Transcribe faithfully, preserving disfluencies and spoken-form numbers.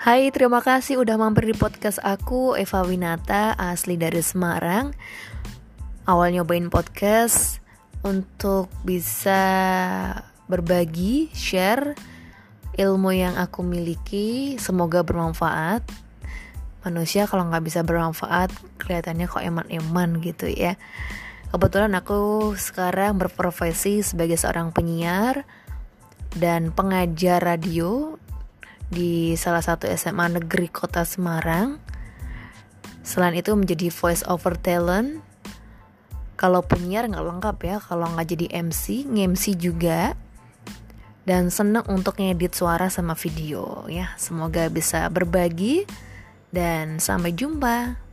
Hai, terima kasih udah mampir di podcast aku, Eva Winata, asli dari Semarang. Awal nyobain podcast untuk bisa berbagi, share ilmu yang aku miliki. Semoga bermanfaat. Manusia kalau gak bisa bermanfaat, kelihatannya kok eman-eman gitu ya. Kebetulan aku sekarang berprofesi sebagai seorang penyiar dan pengajar radio di salah satu S M A negeri kota Semarang. Selain itu menjadi voice over talent. Kalau penyiar gak lengkap ya, kalau gak jadi M C, nge-M C juga. Dan seneng untuk ngedit suara sama video ya. Semoga bisa berbagi dan sampai jumpa.